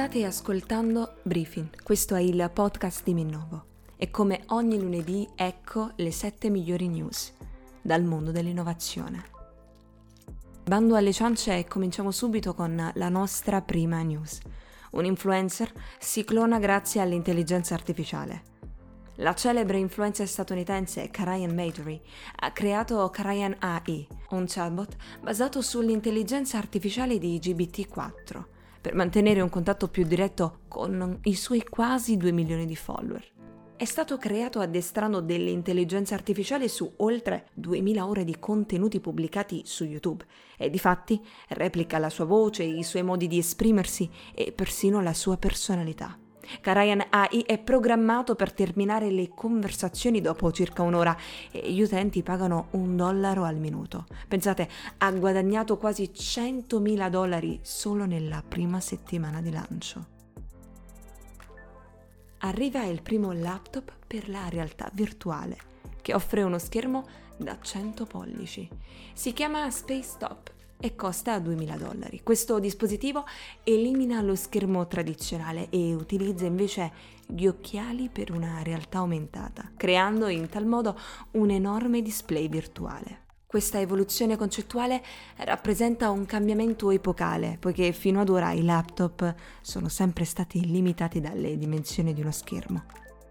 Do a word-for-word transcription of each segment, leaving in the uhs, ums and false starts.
State ascoltando Briefing, questo è il podcast di Minnovo e come ogni lunedì ecco le sette migliori news dal mondo dell'innovazione. Bando alle ciance e cominciamo subito con la nostra prima news. Un influencer si clona grazie all'intelligenza artificiale. La celebre influencer statunitense Karayan Matory ha creato Karayan A I, un chatbot basato sull'intelligenza artificiale di G P T quattro, per mantenere un contatto più diretto con i suoi quasi due milioni di follower. È stato creato addestrando delle intelligenze artificiali su oltre duemila ore di contenuti pubblicati su YouTube e difatti replica la sua voce, i suoi modi di esprimersi e persino la sua personalità. Karayan A I è programmato per terminare le conversazioni dopo circa un'ora e gli utenti pagano un dollaro al minuto. Pensate, ha guadagnato quasi centomila dollari solo nella prima settimana di lancio. Arriva il primo laptop per la realtà virtuale, che offre uno schermo da cento pollici. Si chiama Space Top e costa duemila dollari. Questo dispositivo elimina lo schermo tradizionale e utilizza invece gli occhiali per una realtà aumentata, creando in tal modo un enorme display virtuale. Questa evoluzione concettuale rappresenta un cambiamento epocale, poiché fino ad ora i laptop sono sempre stati limitati dalle dimensioni di uno schermo.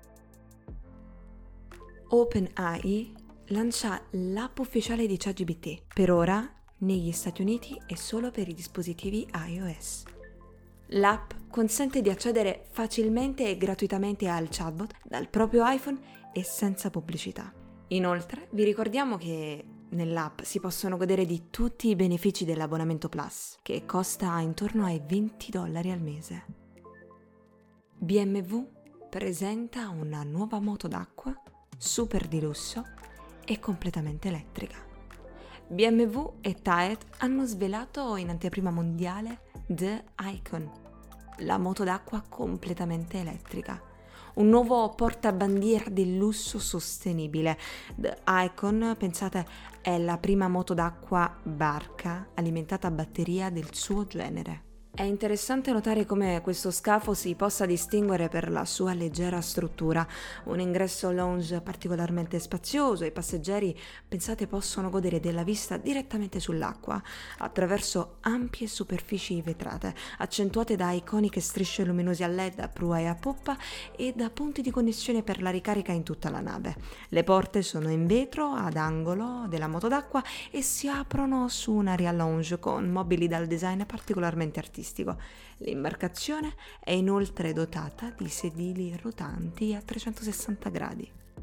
OpenAI lancia l'app ufficiale di ChatGPT. Per ora negli Stati Uniti è solo per i dispositivi iOS. L'app consente di accedere facilmente e gratuitamente al chatbot dal proprio iPhone e senza pubblicità. Inoltre, vi ricordiamo che nell'app si possono godere di tutti i benefici dell'abbonamento Plus, che costa intorno ai venti dollari al mese. B M W presenta una nuova moto d'acqua super di lusso e completamente elettrica. B M W e T A E T hanno svelato in anteprima mondiale The Icon, la moto d'acqua completamente elettrica. Un nuovo portabandiera del lusso sostenibile. The Icon, pensate, è la prima moto d'acqua barca alimentata a batteria del suo genere. È interessante notare come questo scafo si possa distinguere per la sua leggera struttura, un ingresso lounge particolarmente spazioso e i passeggeri, pensate, possono godere della vista direttamente sull'acqua attraverso ampie superfici vetrate, accentuate da iconiche strisce luminose a L E D a prua e a poppa e da punti di connessione per la ricarica in tutta la nave. Le porte sono in vetro ad angolo della moto d'acqua e si aprono su un'area lounge con mobili dal design particolarmente artistico. L'imbarcazione è inoltre dotata di sedili rotanti a trecentosessanta gradi.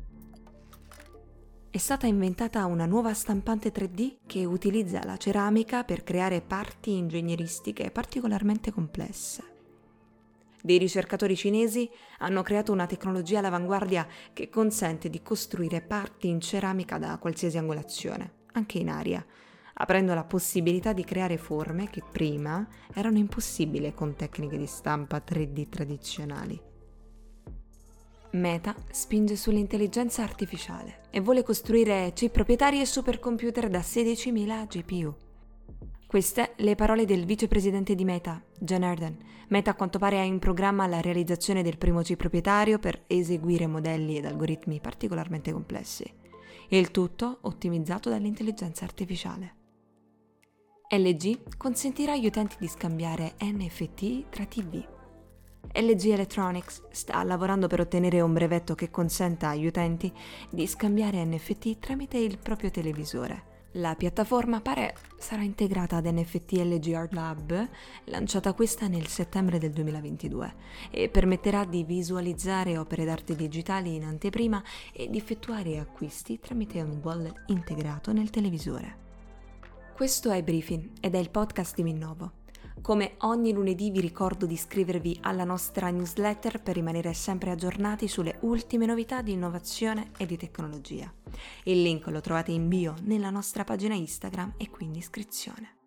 È stata inventata una nuova stampante tre D che utilizza la ceramica per creare parti ingegneristiche particolarmente complesse. Dei ricercatori cinesi hanno creato una tecnologia all'avanguardia che consente di costruire parti in ceramica da qualsiasi angolazione, anche in aria, aprendo la possibilità di creare forme che prima erano impossibili con tecniche di stampa tre D tradizionali. Meta spinge sull'intelligenza artificiale e vuole costruire chip proprietari e supercomputer da sedicimila G P U. Queste le parole del vicepresidente di Meta, Jan Arden. Meta a quanto pare ha in programma la realizzazione del primo chip proprietario per eseguire modelli ed algoritmi particolarmente complessi. Il tutto ottimizzato dall'intelligenza artificiale. L G consentirà agli utenti di scambiare N F T tra T V. L G Electronics sta lavorando per ottenere un brevetto che consenta agli utenti di scambiare N F T tramite il proprio televisore. La piattaforma pare sarà integrata ad N F T L G Art Lab, lanciata questa nel settembre del duemilaventidue, e permetterà di visualizzare opere d'arte digitali in anteprima e di effettuare acquisti tramite un wallet integrato nel televisore. Questo è Briefing ed è il podcast di Minnovo. Come ogni lunedì vi ricordo di iscrivervi alla nostra newsletter per rimanere sempre aggiornati sulle ultime novità di innovazione e di tecnologia. Il link lo trovate in bio nella nostra pagina Instagram e qui in iscrizione.